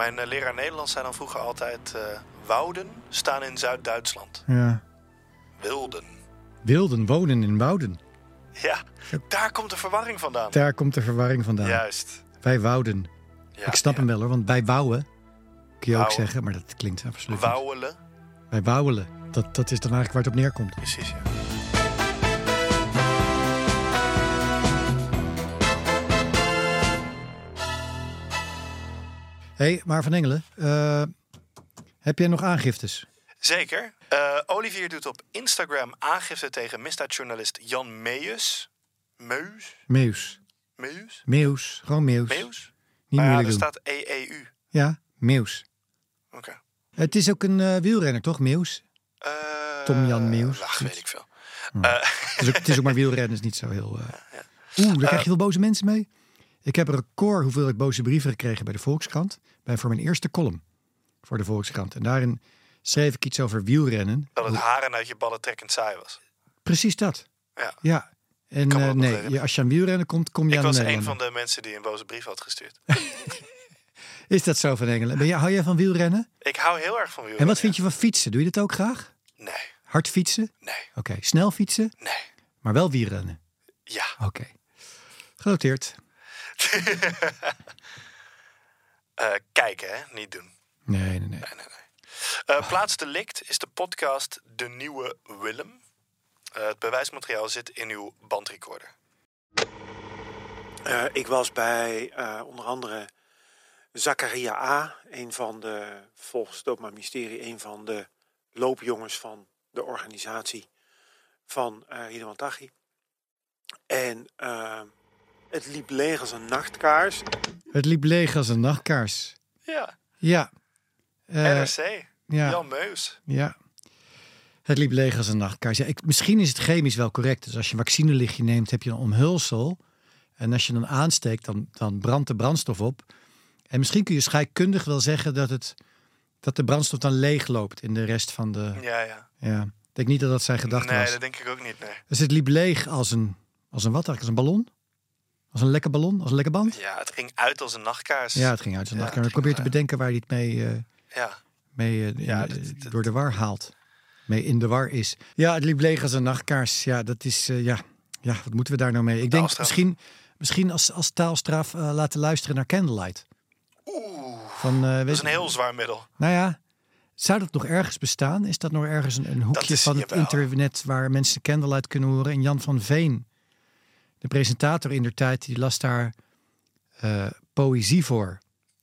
Mijn leraar Nederlands zei dan vroeger altijd... wouden staan in Zuid-Duitsland. Ja. Wilden. Wilden wonen in wouden. Ja, daar komt de verwarring vandaan. Daar komt de verwarring vandaan. Juist. Wij wouden. Ja, Ik snap hem wel hoor, want wij wouwen. Kun je ook Wouwen. zeggen, maar dat klinkt absoluut niet. Wouwelen. Wij wouwelen. Dat is dan eigenlijk waar het op neerkomt. Precies, ja. Hé, maar Van Engelen, heb jij nog aangiftes? Zeker. Olivier doet op Instagram aangifte tegen misdaadjournalist Jan Meus. Meus. Gewoon Meus. Meus? Niet Er moeilijk doen. staat EEU. Ja, Meus. Oké. Het is ook een wielrenner, toch? Meus? Tom Jan Meus. Ach, weet ik veel. Het is ook maar wielrennen, is niet zo heel... Daar krijg je veel boze mensen mee. Ik heb een record hoeveelheid boze brieven gekregen bij de Volkskrant. Voor mijn eerste column voor de Volkskrant. En daarin schreef ik iets over wielrennen. Dat het haren uit je ballen trekkend saai was. Precies dat. Ja. En Kan me dat nog nee, herinneren. als je aan wielrennen komt, kom je Ik aan was de een Nederlander. van de mensen die een boze brief had gestuurd. Is dat zo, Van Engelen? Hou jij van wielrennen? Ik hou heel erg van wielrennen. En wat vind je van fietsen? Doe je dat ook graag? Nee, Hard fietsen? nee, Oké. Snel fietsen? nee. Maar wel wielrennen? Ja. Oké. Genoteerd. Kijken, hè? Niet doen. Nee. Plaatsdelict is de podcast De Nieuwe Willem. Het bewijsmateriaal zit in uw bandrecorder. Ik was bij onder andere Zakaria A., volgens het Openbaar Ministerie, een van de loopjongens van de organisatie van Ridwan Taghi. En het liep leeg als een nachtkaars. Het liep leeg als een nachtkaars. Ja, Ja. NRC. Ja. Jan Meus. Ja. Het liep leeg als een nachtkaars. Ja, misschien is het chemisch wel correct. Dus als je een vaccinelichtje neemt, heb je een omhulsel. En als je dan aansteekt, dan brandt de brandstof op. En misschien kun je scheikundig wel zeggen dat de brandstof dan leeg loopt in de rest van de... Ja. Ik denk niet dat dat zijn gedachte Nee, was. dat denk ik ook niet, nee. Dus het liep leeg als een wat eigenlijk? Als een ballon? Als een lekke ballon? Als een lekke band? Ja, het ging uit als een nachtkaars. Ja, het ging uit als een Ja, nachtkaars. Ik het probeer ging, te bedenken waar hij het mee Ja. door de war haalt. Mee in de war is. Ja, het liep leeg als een nachtkaars. Ja, dat is... wat moeten we daar nou mee? Ik denk Taalstraf. misschien als taalstraf laten luisteren naar Candlelight. Dat is een heel zwaar middel. Nou ja, zou dat nog ergens bestaan? Is dat nog ergens een hoekje van het internet waar mensen Candlelight kunnen horen? En Jan van Veen, de presentator in der tijd, die las daar poëzie voor.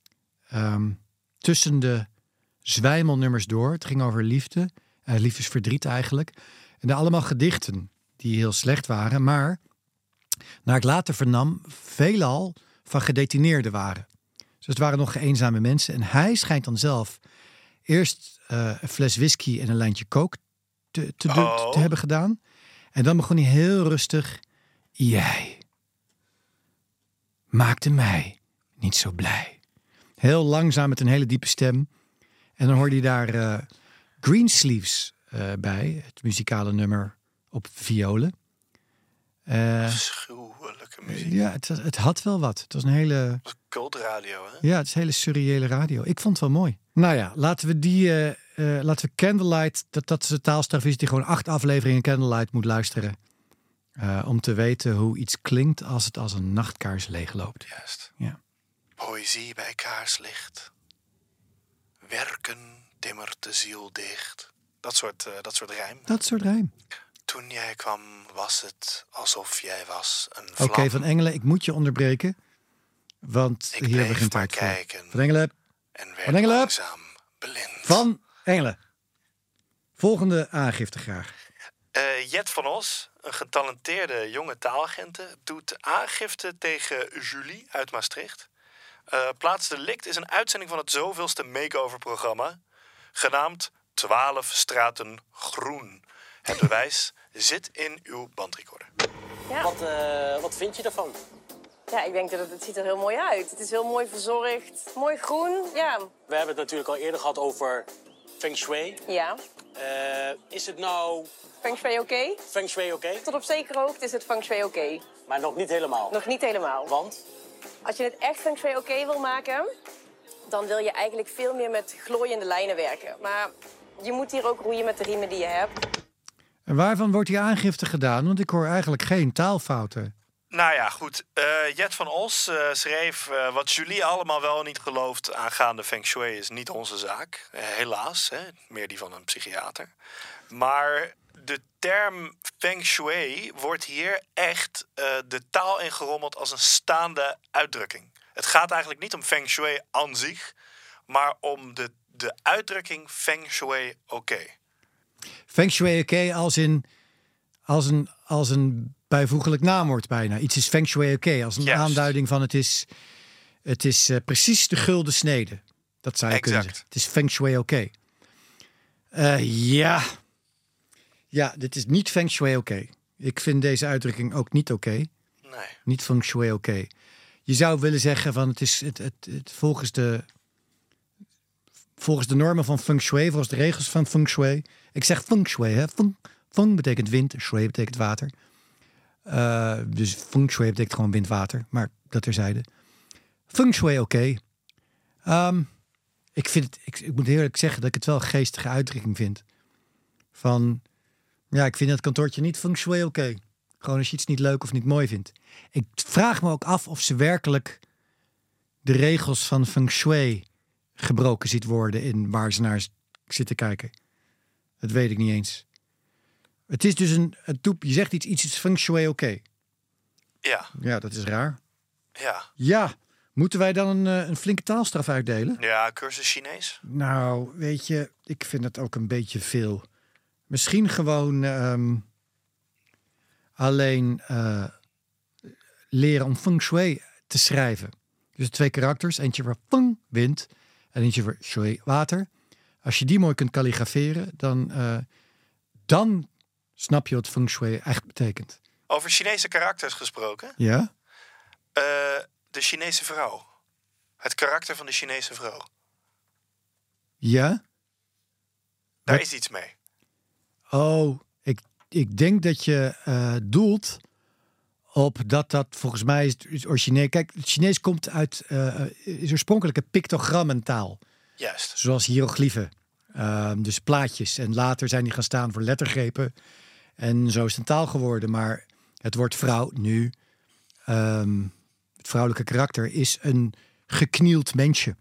Tussen de zwijmelnummers door. Het ging over liefde, liefdesverdriet eigenlijk. En daar allemaal gedichten die heel slecht waren, maar naar ik later vernam, veelal van gedetineerden waren. Dus het waren nog eenzame mensen. En hij schijnt dan zelf eerst een fles whisky en een lijntje coke te hebben gedaan. En dan begon hij heel rustig. Jij maakte mij niet zo blij. Heel langzaam met een hele diepe stem. En dan hoorde hij daar Greensleeves bij. Het muzikale nummer op violen. Afschuwelijke muziek. Ja, het had wel wat. Het was een hele... Dat was cultradio, hè? Ja, het is hele surreële radio. Ik vond het wel mooi. Nou ja, laten we Candlelight... Dat is de taalstraf is die gewoon 8 afleveringen Candlelight moet luisteren. Om te weten hoe iets klinkt als het als een nachtkaars leegloopt. Juist. Ja. Poëzie bij kaarslicht. Werken timmert de ziel dicht. Dat soort rijm. Dat soort rijm. Toen jij kwam was het alsof jij was een vlam. Oké, Van Engelen, ik moet je onderbreken. Want Ik hier bleef begint maar tijd voor. kijken Van Engelen. en Van werd Engelen. langzaam blind. Van Engelen. Volgende aangifte graag. Jet van Os, een getalenteerde jonge taalagente, doet aangifte tegen Julie uit Maastricht. Plaatsdelict is een uitzending van het zoveelste makeover-programma, genaamd 12 straten groen. Het bewijs zit in uw bandrecorder. Ja. Wat vind je ervan? Ja, ik denk dat het ziet er heel mooi uit. Het is heel mooi verzorgd, mooi groen, ja. We hebben het natuurlijk al eerder gehad over Feng Shui. Ja. Is het nou Feng Shui oké? Feng Shui oké? Tot op zekere hoogte is het Feng Shui oké. Maar nog niet helemaal? Nog niet helemaal. Want? Als je het echt Feng Shui oké wil maken, dan wil je eigenlijk veel meer met glooiende lijnen werken. Maar je moet hier ook roeien met de riemen die je hebt. En waarvan wordt die aangifte gedaan? Want ik hoor eigenlijk geen taalfouten. Nou ja, goed. Jet van Os schreef... wat Julie allemaal wel niet gelooft aangaande Feng Shui is niet onze zaak. Helaas, hè? Meer die van een psychiater. Maar de term Feng Shui wordt hier echt de taal ingerommeld als een staande uitdrukking. Het gaat eigenlijk niet om Feng Shui aan zich, maar om de uitdrukking Feng Shui oké. Feng Shui oké als een bijvoeglijk naamwoord bijna. Iets is Feng Shui oké als een Juist. aanduiding van het is precies de gulden snede. Dat zou je kunnen zeggen. Het is Feng Shui oké. Ja, dit is niet Feng Shui oké. Ik vind deze uitdrukking ook niet oké. Nee. Niet Feng Shui oké. Je zou willen zeggen van het is het volgens de normen van Feng Shui, volgens de regels van Feng Shui. Ik zeg Feng Shui, hè. Feng betekent wind, Shui betekent water. Dus Feng Shui betekent gewoon wind, water. Maar dat terzijde. Feng Shui oké. Ik moet eerlijk zeggen dat ik het wel een geestige uitdrukking vind. Ik vind dat kantoortje niet Feng Shui oké. Gewoon als je iets niet leuk of niet mooi vindt. Ik vraag me ook af of ze werkelijk de regels van Feng Shui gebroken ziet worden in waar ze naar zitten kijken. Dat weet ik niet eens. Het is dus je zegt iets is Feng Shui oké. Ja. Ja, dat is raar. Ja. Ja, moeten wij dan een flinke taalstraf uitdelen? Ja, cursus Chinees. Nou, weet je, ik vind het ook een beetje veel. Misschien gewoon alleen leren om Feng Shui te schrijven. Dus 2 karakters, eentje voor Feng, wind, en eentje voor Shui, water. Als je die mooi kunt kalligraferen, dan snap je wat Feng Shui echt betekent. Over Chinese karakters gesproken. Ja? De Chinese vrouw. Het karakter van de Chinese vrouw. Ja? Daar is iets mee. Oh, ik denk dat je doelt op dat volgens mij is origineel. Kijk, het Chinees komt uit is oorspronkelijk een pictogrammentaal. Juist. Zoals hiërogliefen. Dus plaatjes. En later zijn die gaan staan voor lettergrepen. En zo is het een taal geworden. Maar het woord vrouw nu, het vrouwelijke karakter, is een geknield mensje.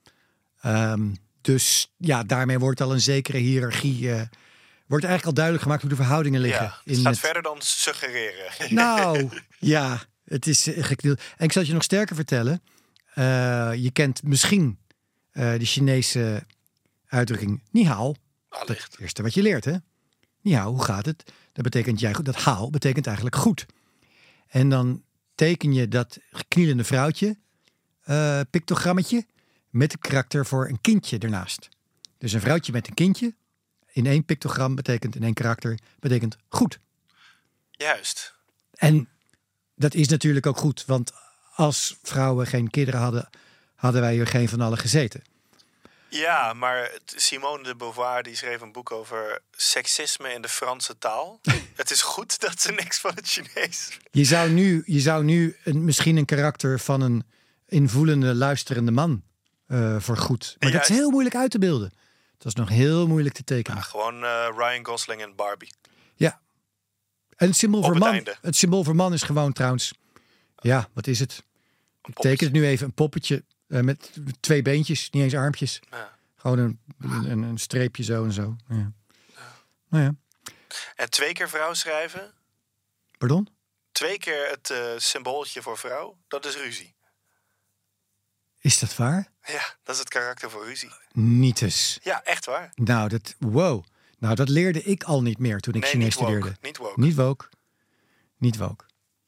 Dus ja, daarmee wordt al een zekere hiërarchie. Wordt eigenlijk al duidelijk gemaakt hoe de verhoudingen liggen. Ja, het gaat verder dan suggereren. Nou, ja, het is geknield. En ik zal het je nog sterker vertellen. Je kent misschien de Chinese uitdrukking ni hao. Dat is het eerste wat je leert, hè? Ni hao, hoe gaat het? Dat betekent jij goed. Dat hao betekent eigenlijk goed. En dan teken je dat geknielende vrouwtje, pictogrammetje, met een karakter voor een kindje ernaast. Dus een vrouwtje met een kindje in 1 pictogram betekent, in 1 karakter, betekent goed. Juist. En dat is natuurlijk ook goed, want als vrouwen geen kinderen hadden, hadden wij er geen van allen gezeten. Ja, maar Simone de Beauvoir die schreef een boek over seksisme in de Franse taal. Het is goed dat ze niks van het Chinees. Je zou nu misschien een karakter van een invoelende, luisterende man voor goed. Maar dat is heel moeilijk uit te beelden. Dat is nog heel moeilijk te tekenen. Ja, gewoon Ryan Gosling en Barbie. Ja. En het symbool voor man is gewoon trouwens, ja, wat is het? Ik teken het nu even, een poppetje met 2 beentjes, niet eens armpjes. Ja. Gewoon een streepje zo en zo. Ja. Ja. Nou ja. En 2 keer vrouw schrijven. Pardon? 2 keer het symbooltje voor vrouw, dat is ruzie. Is dat waar? Ja, dat is het karakter voor ruzie. Niet eens. Ja, echt waar. Nou, dat leerde ik al niet meer toen ik Chinees studeerde. Niet woke.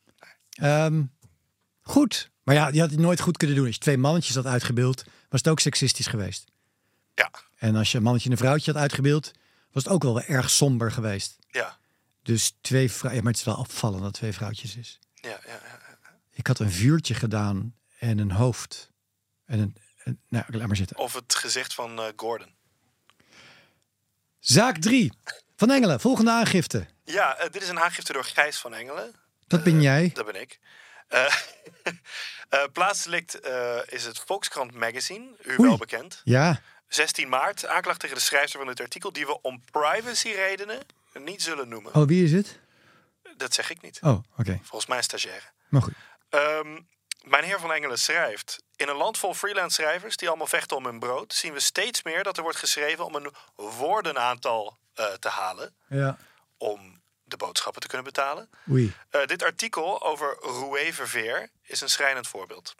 Goed. Maar ja, die had het nooit goed kunnen doen. Als je 2 mannetjes had uitgebeeld, was het ook seksistisch geweest. Ja. En als je een mannetje en een vrouwtje had uitgebeeld, was het ook wel erg somber geweest. Ja. Dus 2 vrouwen. Ja, maar het is wel opvallend dat 2 vrouwtjes is. Ja. Ik had een vuurtje gedaan en een hoofd. En nou, laat maar zitten. Of het gezicht van Gordon. Zaak 3. Van Engelen, volgende aangifte. Ja, dit is een aangifte door Gijs van Engelen. Dat ben jij. Dat ben ik. Plaatsdelict is het Volkskrant Magazine, u Oei. wel bekend. Ja, 16 maart, aanklacht tegen de schrijfster van dit artikel... die we om privacyredenen niet zullen noemen. oh, wie is het? Dat zeg ik niet. Oh, oké. Volgens mij een stagiaire. Maar goed. Mijn heer Van Engelen schrijft... In een land vol freelance schrijvers die allemaal vechten om hun brood... zien we steeds meer dat er wordt geschreven om een woordenaantal te halen... Ja. om de boodschappen te kunnen betalen. Oei. Dit artikel over Roué Verveer is een schrijnend voorbeeld.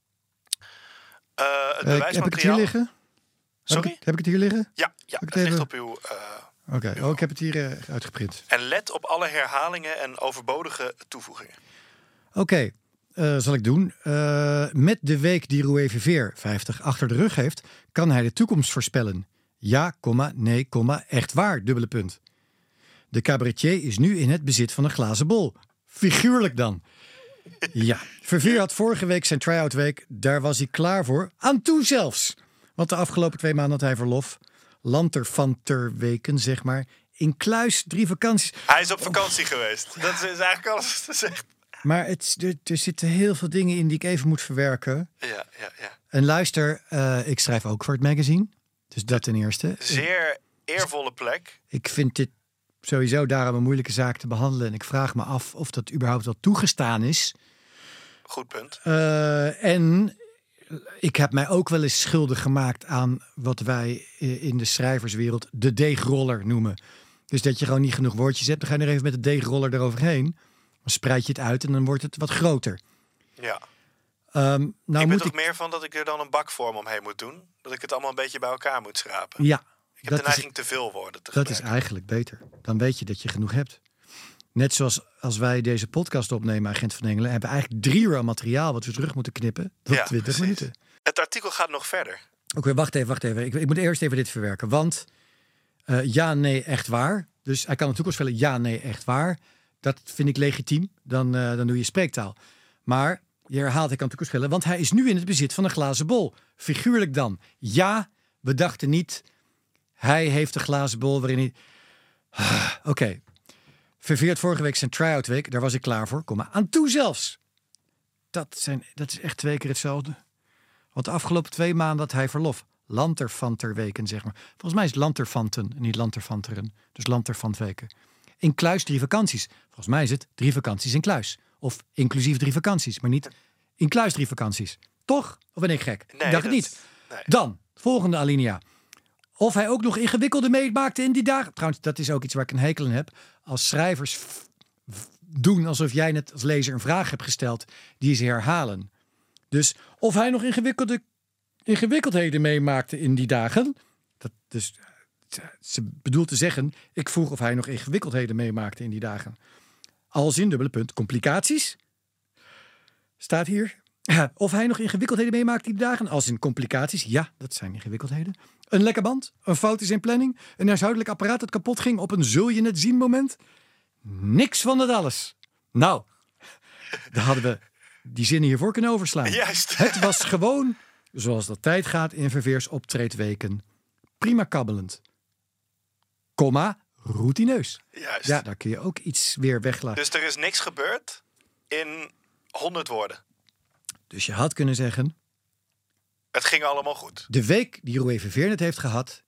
Het heb ik het hier bewijsmateriaal... liggen? Sorry? Heb ik het hier liggen? Ja, ik het het ligt even- op uw... Oké. Oh, ik heb het hier uitgeprint. En let op alle herhalingen en overbodige toevoegingen. Oké, zal ik doen. Met de week die Roué Verveer 50 achter de rug heeft... kan hij de toekomst voorspellen. Ja, nee, echt waar, dubbele punt. De cabaretier is nu in het bezit van een glazen bol. Figuurlijk dan. Ja, Verveer had vorige week zijn try-out week. Daar was hij klaar voor. Aan toe zelfs. Want de afgelopen 2 maanden had hij verlof. Lanterfanterweken, zeg maar. In kluis 3 vakanties. Hij is op vakantie geweest. Dat is eigenlijk alles te zeggen. Maar er zitten heel veel dingen in die ik even moet verwerken. Ja. En luister, ik schrijf ook voor het magazine. Dus dat ten eerste. Zeer eervolle plek. Ik vind dit sowieso daarom een moeilijke zaak te behandelen. En ik vraag me af of dat überhaupt wel toegestaan is. Goed punt. En ik heb mij ook wel eens schuldig gemaakt aan wat wij in de schrijverswereld de deegroller noemen. Dus dat je gewoon niet genoeg woordjes hebt. Dan ga je er even met de deegroller eroverheen. Dan spreid je het uit en dan wordt het wat groter. Ja. Nou Ik ben moet toch meer van dat ik er dan een bakvorm omheen moet doen. Dat ik het allemaal een beetje bij elkaar moet schrapen. Ja, Ik heb de neiging te veel woorden te dat is gebruiken. eigenlijk beter. Dan weet je dat je genoeg hebt. Net zoals als wij deze podcast opnemen, Agent Van Engelen, hebben we eigenlijk 3 uur aan materiaal wat we terug moeten knippen tot Ja, 20 precies. minuten. Het artikel gaat nog verder. Oké, wacht even. Ik moet eerst even dit verwerken. Want ja, nee, echt waar. Dus hij kan de toekomst vullen. Ja, nee, echt waar. Dat vind ik legitiem. Dan doe je spreektaal. Maar je herhaalt, hij kan de toekomst vullen. Want hij is nu in het bezit van een glazen bol. Figuurlijk dan. Ja, we dachten niet. Hij heeft een glazen bol waarin hij... Oké. Verveert vorige week zijn try-out week. Daar was ik klaar voor. Kom maar aan toe zelfs. Dat is echt 2 keer hetzelfde. Want de afgelopen 2 maanden had hij verlof. Lanterfanterweken, zeg maar. Volgens mij is het lanterfanten, niet lanterfanteren. Dus lanterfantweken. In kluis 3 vakanties. Volgens mij is het 3 vakanties in kluis. Of inclusief 3 vakanties, maar niet in kluis 3 vakanties. Toch? Of ben ik gek? Nee, ik dacht het niet. Nee. Dan, volgende alinea. Of hij ook nog ingewikkelde meemaakte in die dagen. Trouwens, dat is ook iets waar ik een hekel aan heb. Als schrijvers doen alsof jij net als lezer een vraag hebt gesteld die ze herhalen. Dus of hij nog ingewikkeldheden meemaakte in die dagen. Ze bedoelt te zeggen, ik vroeg of hij nog ingewikkeldheden meemaakte in die dagen. Als in dubbele punt, complicaties. Staat hier. Of hij nog ingewikkeldheden meemaakte in die dagen. Als in complicaties, ja, dat zijn ingewikkeldheden. Een lekke band, een fout in zijn planning. Een huishoudelijk apparaat dat kapot ging op een zul je het zien moment. Niks van dat alles. Nou, daar hadden we die zinnen hiervoor kunnen overslaan. Juist. Het was gewoon, zoals dat tijd gaat in Verveers optreedweken. Prima kabbelend. Komma, routineus. Juist. Ja, daar kun je ook iets weer weglaten. Dus er is niks gebeurd in 100 woorden. Dus je had kunnen zeggen, Het ging allemaal goed. de week die Roué Verveer net heeft gehad,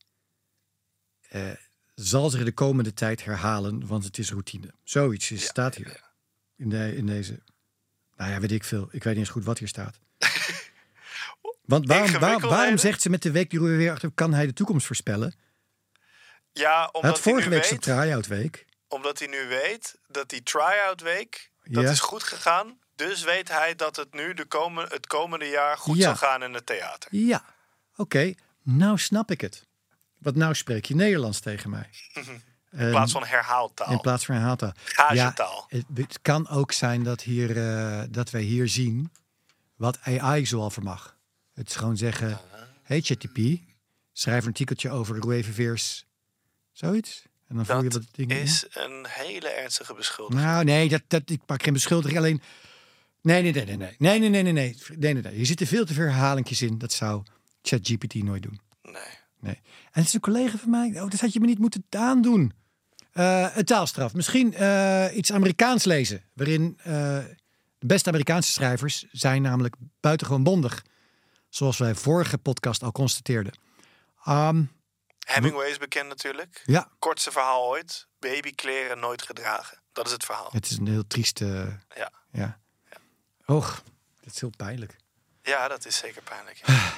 zal zich de komende tijd herhalen, want het is routine. Zoiets staat hier. In deze. Nou ja, weet ik veel. Ik weet niet eens goed wat hier staat. Want waarom zegt ze met de week die Roué weer achter, kan hij de toekomst voorspellen? Ja, Hij omdat had hij vorige nu week zijn weet, try-out week. omdat hij nu weet dat die try-out week, dat Ja. is goed gegaan. Dus weet hij dat het nu het komende jaar goed Ja. zal gaan in het theater. Ja, oké. Nou snap ik het. Want nou spreek je Nederlands tegen mij. In plaats van herhaaltaal. In plaats van herhaaltaal. Gagetaal. Ja, het kan ook zijn dat wij hier zien wat AI zoal vermag. Het is gewoon zeggen, hey ChatGPT, schrijf een artikeltje over de Roué Verveers. Zoiets. En dan voel je Dat wat dingen in. is een hele ernstige beschuldiging. Nou, nee, ik maak geen beschuldiging. Alleen, nee. Hier zitten veel te veel herhalingjes in. Dat zou ChatGPT nooit doen. Nee. En het is een collega van mij. Oh, dat had je me niet moeten aandoen. Een taalstraf. Misschien iets Amerikaans lezen. Waarin De beste Amerikaanse schrijvers zijn namelijk buitengewoon bondig. Zoals wij vorige podcast al constateerden. Hemingway is bekend natuurlijk. Ja, Kortste verhaal ooit. Babykleren nooit gedragen. Dat is het verhaal. het is een heel trieste... Ja. Ja. Och, dat is heel pijnlijk. Ja, dat is zeker pijnlijk. Ja.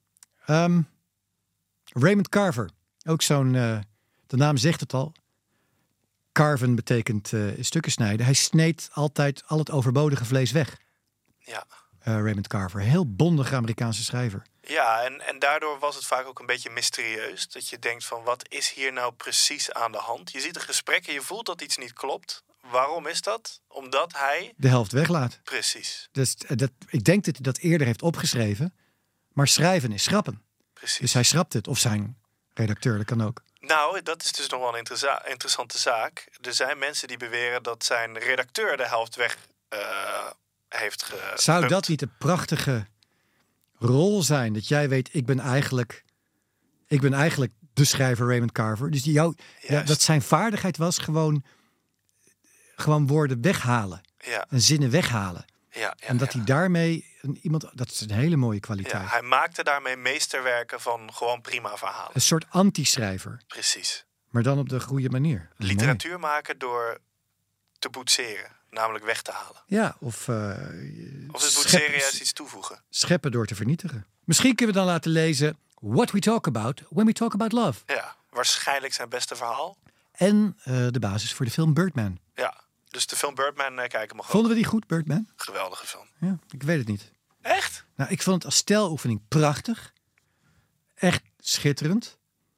Raymond Carver. Ook zo'n... de naam zegt het al. Carven betekent stukken snijden. Hij sneed altijd al het overbodige vlees weg. Ja. Raymond Carver. Heel bondige Amerikaanse schrijver. Ja, en daardoor was het vaak ook een beetje mysterieus. Dat je denkt van, wat is hier nou precies aan de hand? Je ziet een gesprek en je voelt dat iets niet klopt. Waarom is dat? Omdat hij... De helft weglaat. Precies, Dus, ik denk dat hij dat eerder heeft opgeschreven. Maar schrijven is schrappen. precies. Dus hij schrapt het. Of zijn redacteur, dat kan ook. Nou, dat is dus nog wel een interessante zaak. Er zijn mensen die beweren dat zijn redacteur de helft weg heeft gepumpt. Zou dat niet een prachtige rol zijn? Dat jij weet, ik ben eigenlijk de schrijver Raymond Carver. Dus dat zijn vaardigheid was gewoon woorden weghalen. Ja, En zinnen weghalen. ja. En dat hij daarmee dat is een hele mooie kwaliteit. Ja, hij maakte daarmee meesterwerken van gewoon prima verhalen. Een soort anti-schrijver. Precies. Maar dan op de goede manier. Mooi. Literatuur maken door te boetseren. Namelijk weg te halen. Ja, of Of is boetseren juist iets toevoegen? scheppen door te vernietigen. Misschien kunnen we dan laten lezen What We Talk About When We Talk About Love. Ja, waarschijnlijk zijn beste verhaal. En de basis voor de film Birdman. Ja, dus de film Birdman kijken mag ook. Vonden we die goed, Birdman? Geweldige film. Ja, ik weet het niet. Echt? Nou, ik vond het als steloefening prachtig. Echt schitterend.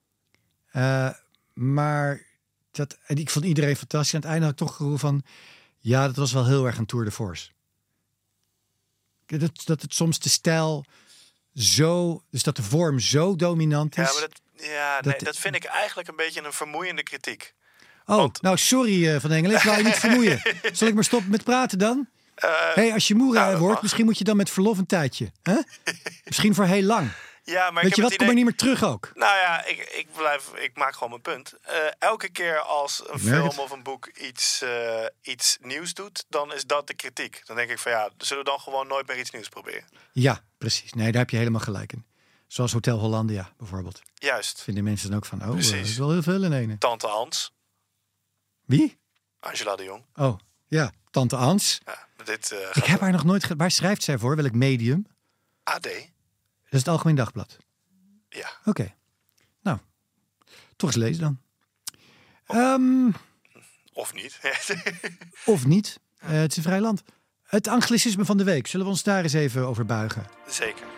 Maar en ik vond iedereen fantastisch. Aan het einde had ik toch het gevoel van... Ja, dat was wel heel erg een tour de force. Dat het soms de stijl zo... Dus dat de vorm zo dominant is. Ja, maar dat vind ik eigenlijk een beetje een vermoeiende kritiek. Oh, want- nou sorry Van Engelen. Ik wou je niet vermoeien. Zal ik maar stoppen met praten dan? Als je moe dat wordt, mag. misschien moet je dan met verlof een tijdje. Hè? Misschien voor heel lang. Ja, maar Weet je ik wat, heb kom het maar idee... niet meer terug ook. Nou ja, ik maak gewoon mijn punt. Elke keer als een merk film het. of een boek iets nieuws doet, dan is dat de kritiek. Dan denk ik van ja, zullen we dan gewoon nooit meer iets nieuws proberen? Ja, precies. Nee, daar heb je helemaal gelijk in. Zoals Hotel Hollandia bijvoorbeeld. Juist. Vinden mensen dan ook van, Precies. dat is wel heel veel in ene. Tante Ans, Wie? Angela de Jong. Oh, ja, Tante Ans. Ja, dit Ik heb haar nog nooit... Waar schrijft zij voor? Welk medium? AD. Dat is het Algemeen Dagblad. Ja. Oké. Nou, toch eens lezen dan. Of niet. Of niet. Het is een vrij land. Het anglicisme van de week. Zullen we ons daar eens even over buigen? Zeker.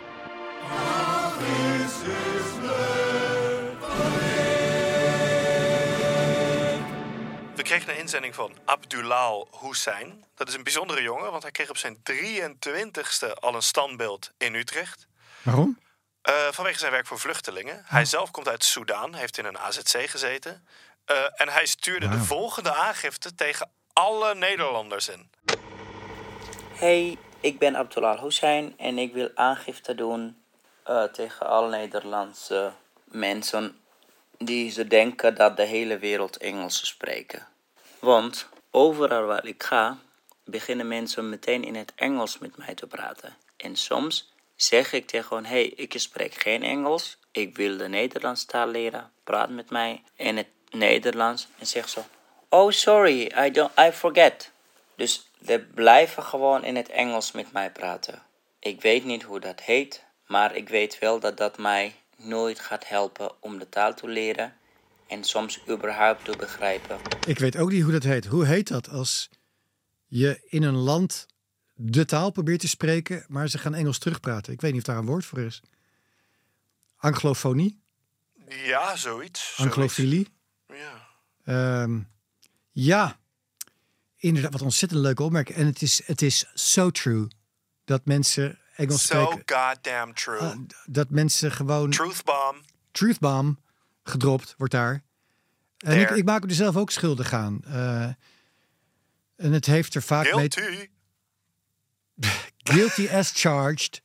We kregen een inzending van Abdullah Hussein. Dat is een bijzondere jongen, want hij kreeg op zijn 23ste al een standbeeld in Utrecht. Waarom? Vanwege zijn werk voor vluchtelingen. Hij zelf komt uit Soedan, heeft in een AZC gezeten. En hij stuurde de volgende aangifte tegen alle Nederlanders in. Hey, ik ben Abdullah Hussein en ik wil aangifte doen tegen alle Nederlandse mensen die ze denken dat de hele wereld Engels spreken. Want overal waar ik ga, beginnen mensen meteen in het Engels met mij te praten. En soms zeg ik tegen hen, hey, ik spreek geen Engels, ik wil de Nederlandse taal leren, praat met mij in het Nederlands. En zeg zo, oh sorry, I forget. Dus ze blijven gewoon in het Engels met mij praten. Ik weet niet hoe dat heet, maar ik weet wel dat dat mij nooit gaat helpen om de taal te leren en soms überhaupt te begrijpen. Ik weet ook niet hoe dat heet. Hoe heet dat als je in een land de taal probeert te spreken, maar ze gaan Engels terugpraten? Ik weet niet of daar een woord voor is. Anglofonie? Ja, zoiets. Anglofilie? Ja. Ja, inderdaad, wat ontzettend leuke opmerking. En het is so true dat mensen Engels So spreken. goddamn true. Dat mensen gewoon... Truth bomb. Truthbomb gedropt wordt daar. En There. ik maak me er zelf ook schuldig aan. En het heeft er vaak Guilty. mee... Guilty as charged.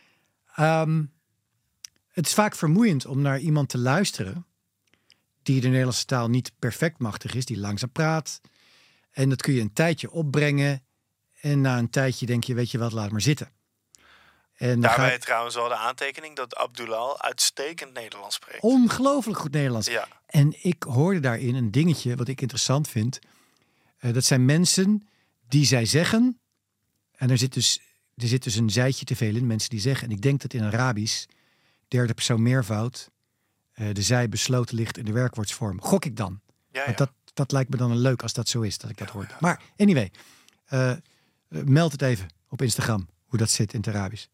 Het is vaak vermoeiend om naar iemand te luisteren die de Nederlandse taal niet perfect machtig is, die langzaam praat. En dat kun je een tijdje opbrengen. En na een tijdje denk je, weet je wat, laat maar zitten. En dan Daarbij trouwens wel de aantekening dat Abdullah uitstekend Nederlands spreekt. ongelooflijk goed Nederlands. Ja. En ik hoorde daarin een dingetje wat ik interessant vind. Dat zijn mensen die zij zeggen. En er zit dus een zijtje te veel in, mensen die zeggen. En ik denk dat in Arabisch, derde persoon meervoud, de zij besloten ligt in de werkwoordsvorm. Gok ik dan. Ja, Want ja. dat lijkt me dan leuk als dat zo is, dat ik dat hoor. Maar anyway, meld het even op Instagram, hoe dat zit in het Arabisch.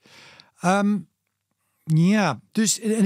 Ja, dus en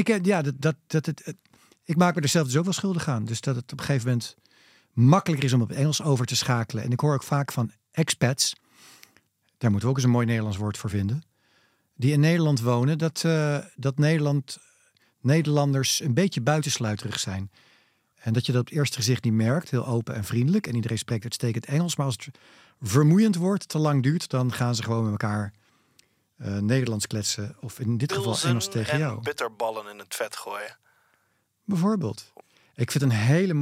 ik maak me er zelf dus ook wel schuldig aan. Dus dat het op een gegeven moment makkelijker is om op Engels over te schakelen. En ik hoor ook vaak van expats, daar moeten we ook eens een mooi Nederlands woord voor vinden, die in Nederland wonen, dat Nederlanders een beetje buitensluiterig zijn. En dat je dat op het eerste gezicht niet merkt, heel open en vriendelijk. En iedereen spreekt uitstekend Engels. Maar als het vermoeiend wordt, te lang duurt, dan gaan ze gewoon met elkaar Nederlands kletsen. Of in dit geval Pilsen Engels tegen en jou. bitterballen in het vet gooien. Bijvoorbeeld. Ik vind een hele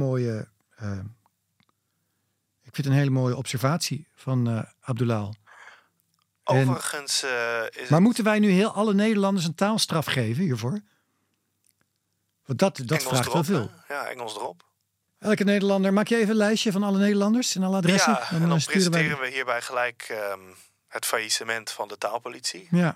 mooie observatie van Abdullah. En- Overigens is Maar moeten wij nu heel alle Nederlanders een taalstraf geven hiervoor? Want dat Engels vraagt wel erop, veel. hè? Ja, Engels erop. Elke Nederlander, maak je even een lijstje van alle Nederlanders en alle adressen? Ja, en dan sturen presenteren we hierbij gelijk het faillissement van de taalpolitie. Ja.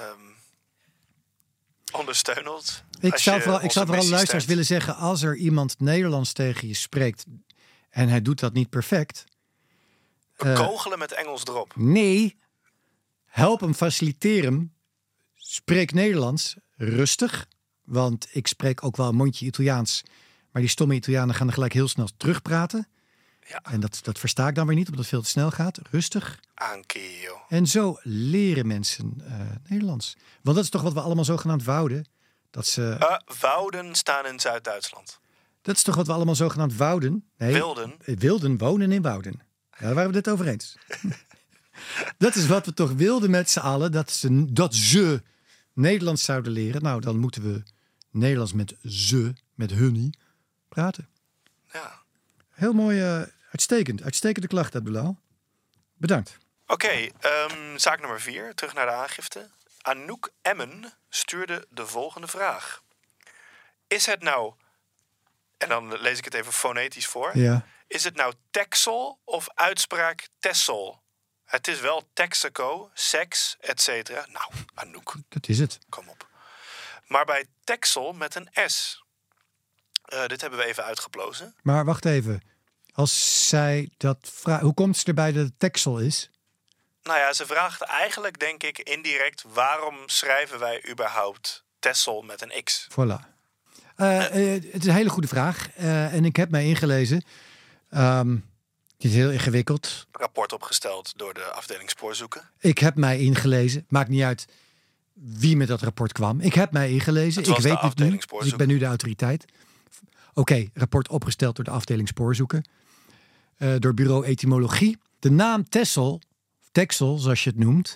Ondersteunend. Ik Als zou je vooral onze alle missie luisteraars steunt. willen zeggen, als er iemand Nederlands tegen je spreekt en hij doet dat niet perfect, Bekogelen met Engels erop. nee, help hem, faciliteer hem, spreek Nederlands, rustig, want ik spreek ook wel een mondje Italiaans, maar die stomme Italianen gaan er gelijk heel snel terugpraten. Ja. En dat versta ik dan weer niet, omdat het veel te snel gaat. Rustig. Aankio. En zo leren mensen Nederlands. Want dat is toch wat we allemaal zogenaamd wouden. Wouden staan in Zuid-Duitsland. Dat is toch wat we allemaal zogenaamd wouden? Nee, Wilden. Wilden wonen in Wouden. Ja, daar waren we het over eens. Dat is wat we toch wilden met z'n allen. Dat ze Nederlands zouden leren. Nou, dan moeten we Nederlands met hun praten. Ja. Heel mooi, uitstekende klacht, Abdullah. Bedankt. Oké, zaak nummer 4. Terug naar de aangifte. Anouk Emmen stuurde de volgende vraag. Is het nou, en dan lees ik het even fonetisch voor. Ja. Is het nou Texel of uitspraak Tessel? Het is wel Texaco, seks, etc. Nou, Anouk, Dat is het. kom op. Maar bij Texel met een S. Dit hebben we even uitgeplozen. Maar wacht even. Als zij dat vraagt, hoe komt ze erbij dat het Texel is? Nou ja, ze vraagt eigenlijk, denk ik, indirect... waarom schrijven wij überhaupt Texel met een X? Voilà. Het is een hele goede vraag. En ik heb mij ingelezen. Het is heel ingewikkeld. Rapport opgesteld door de afdeling spoorzoeken. Ik heb mij ingelezen. Maakt niet uit wie met dat rapport kwam. Ik heb mij ingelezen. Het was Ik de weet het nu. afdeling Dus ik spoorzoeken. ben nu de autoriteit. Oké, rapport opgesteld door de afdeling spoorzoeken. Door bureau etymologie. De naam Texel, zoals je het noemt,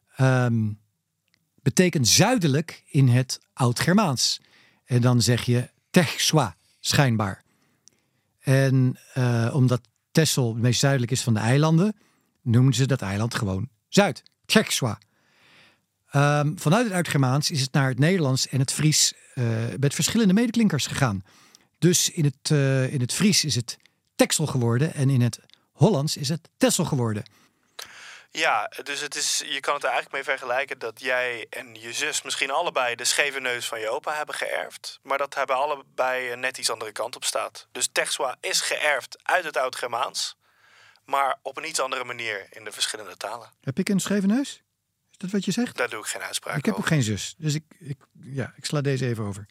betekent zuidelijk in het Oud-Germaans. En dan zeg je Techswa, schijnbaar. En omdat Texel het meest zuidelijk is van de eilanden, noemen ze dat eiland gewoon Zuid. Techswa. Vanuit het Oud-Germaans is het naar het Nederlands en het Fries met verschillende medeklinkers gegaan. Dus in het Fries is het Texel geworden en in het Hollands is het Texel geworden. Ja, dus je kan het er eigenlijk mee vergelijken... dat jij en je zus misschien allebei de scheve neus van je opa hebben geërfd. Maar dat hebben allebei net iets andere kant op staat. Dus Texwa is geërfd uit het Oud-Germaans... maar op een iets andere manier in de verschillende talen. Heb ik een scheve neus? Is dat wat je zegt? Daar doe ik geen uitspraak Ik heb ook over. geen zus. Dus ik sla deze even over.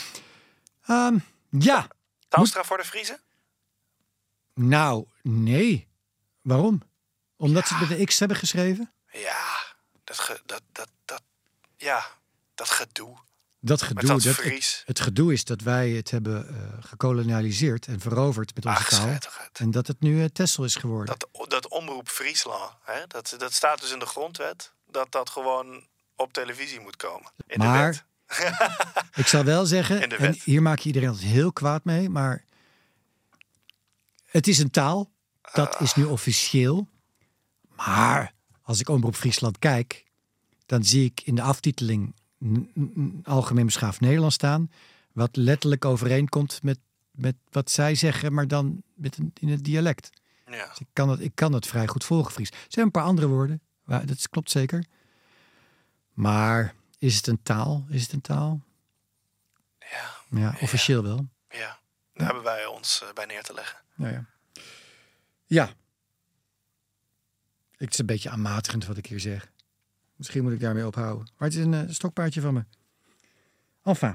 Ja. Taalstraf voor de Friezen? Nou, nee. Waarom? Omdat ze het met de X hebben geschreven? Ja, dat gedoe. Dat Met gedoe. dat Dat Fries. het gedoe is dat wij het hebben gekolonialiseerd en veroverd met onze Ach, taal. schattigheid. En dat het nu Texel is geworden. Dat omroep Friesland, hè? Dat staat dus in de grondwet... dat gewoon op televisie moet komen. In Maar- de wet. Ik zal wel zeggen, In de en wet. hier maak je iedereen altijd heel kwaad mee, maar het is een taal. Dat is nu officieel. Maar als ik Omroep Friesland kijk, dan zie ik in de aftiteling Algemeen Beschaafd Nederlands staan, wat letterlijk overeenkomt met wat zij zeggen, maar dan in het dialect. Ja. Dus ik kan dat vrij goed volgen, Fries. Er zijn een paar andere woorden, dat klopt zeker. Maar is het een taal? Ja, officieel wel. Ja, daar hebben wij ons bij neer te leggen. Ja. Het is een beetje aanmatigend wat ik hier zeg. Misschien moet ik daarmee ophouden. Maar het is een stokpaardje van me. Enfin.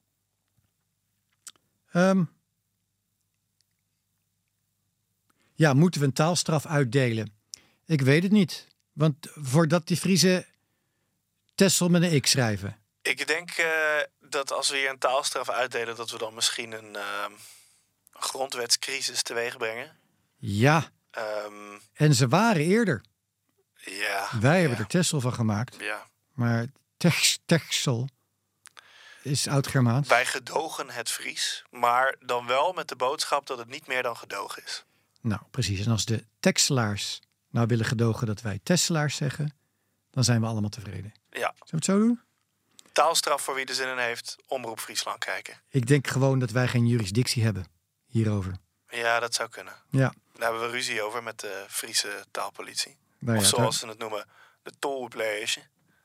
Moeten we een taalstraf uitdelen? Ik weet het niet. Want voordat die Friese Texel met een X schrijven. Ik denk dat als we hier een taalstraf uitdelen, dat we dan misschien een grondwetscrisis teweeg brengen. Ja. En ze waren eerder. Ja. Wij hebben er Texel van gemaakt. Ja. Maar Texel is oud-Germaans. Wij gedogen het Fries, maar dan wel met de boodschap dat het niet meer dan gedogen is. Nou, precies. En als de Texelaars nou willen gedogen dat wij Tesselaars zeggen, dan zijn we allemaal tevreden. Ja. Zullen we het zo doen? Taalstraf voor wie er zin in heeft, Omroep Friesland kijken. Ik denk gewoon dat wij geen jurisdictie hebben hierover. Ja, dat zou kunnen. Ja. Daar hebben we ruzie over met de Friese taalpolitie. Nou of ja, zoals ze het noemen, de tolplege.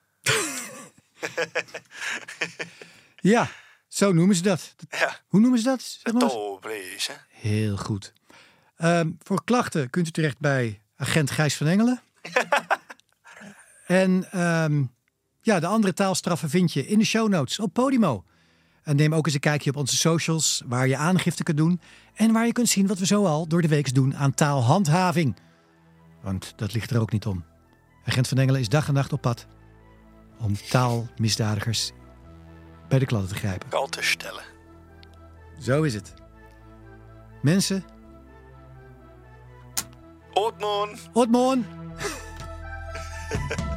Ja, zo noemen ze dat. Ja. Hoe noemen ze dat? Zeg De maar eens. tolplege. Heel goed. Voor klachten kunt u terecht bij agent Gijs van Engelen. En de andere taalstraffen vind je in de show notes op Podimo. En neem ook eens een kijkje op onze socials, waar je aangifte kunt doen. En waar je kunt zien wat we zoal door de week doen aan taalhandhaving. Want dat ligt er ook niet om. Agent van Engelen is dag en nacht op pad om taalmisdadigers bij de kladden te grijpen. Kal te stellen. Zo is het. Mensen. Otmon! Otmon!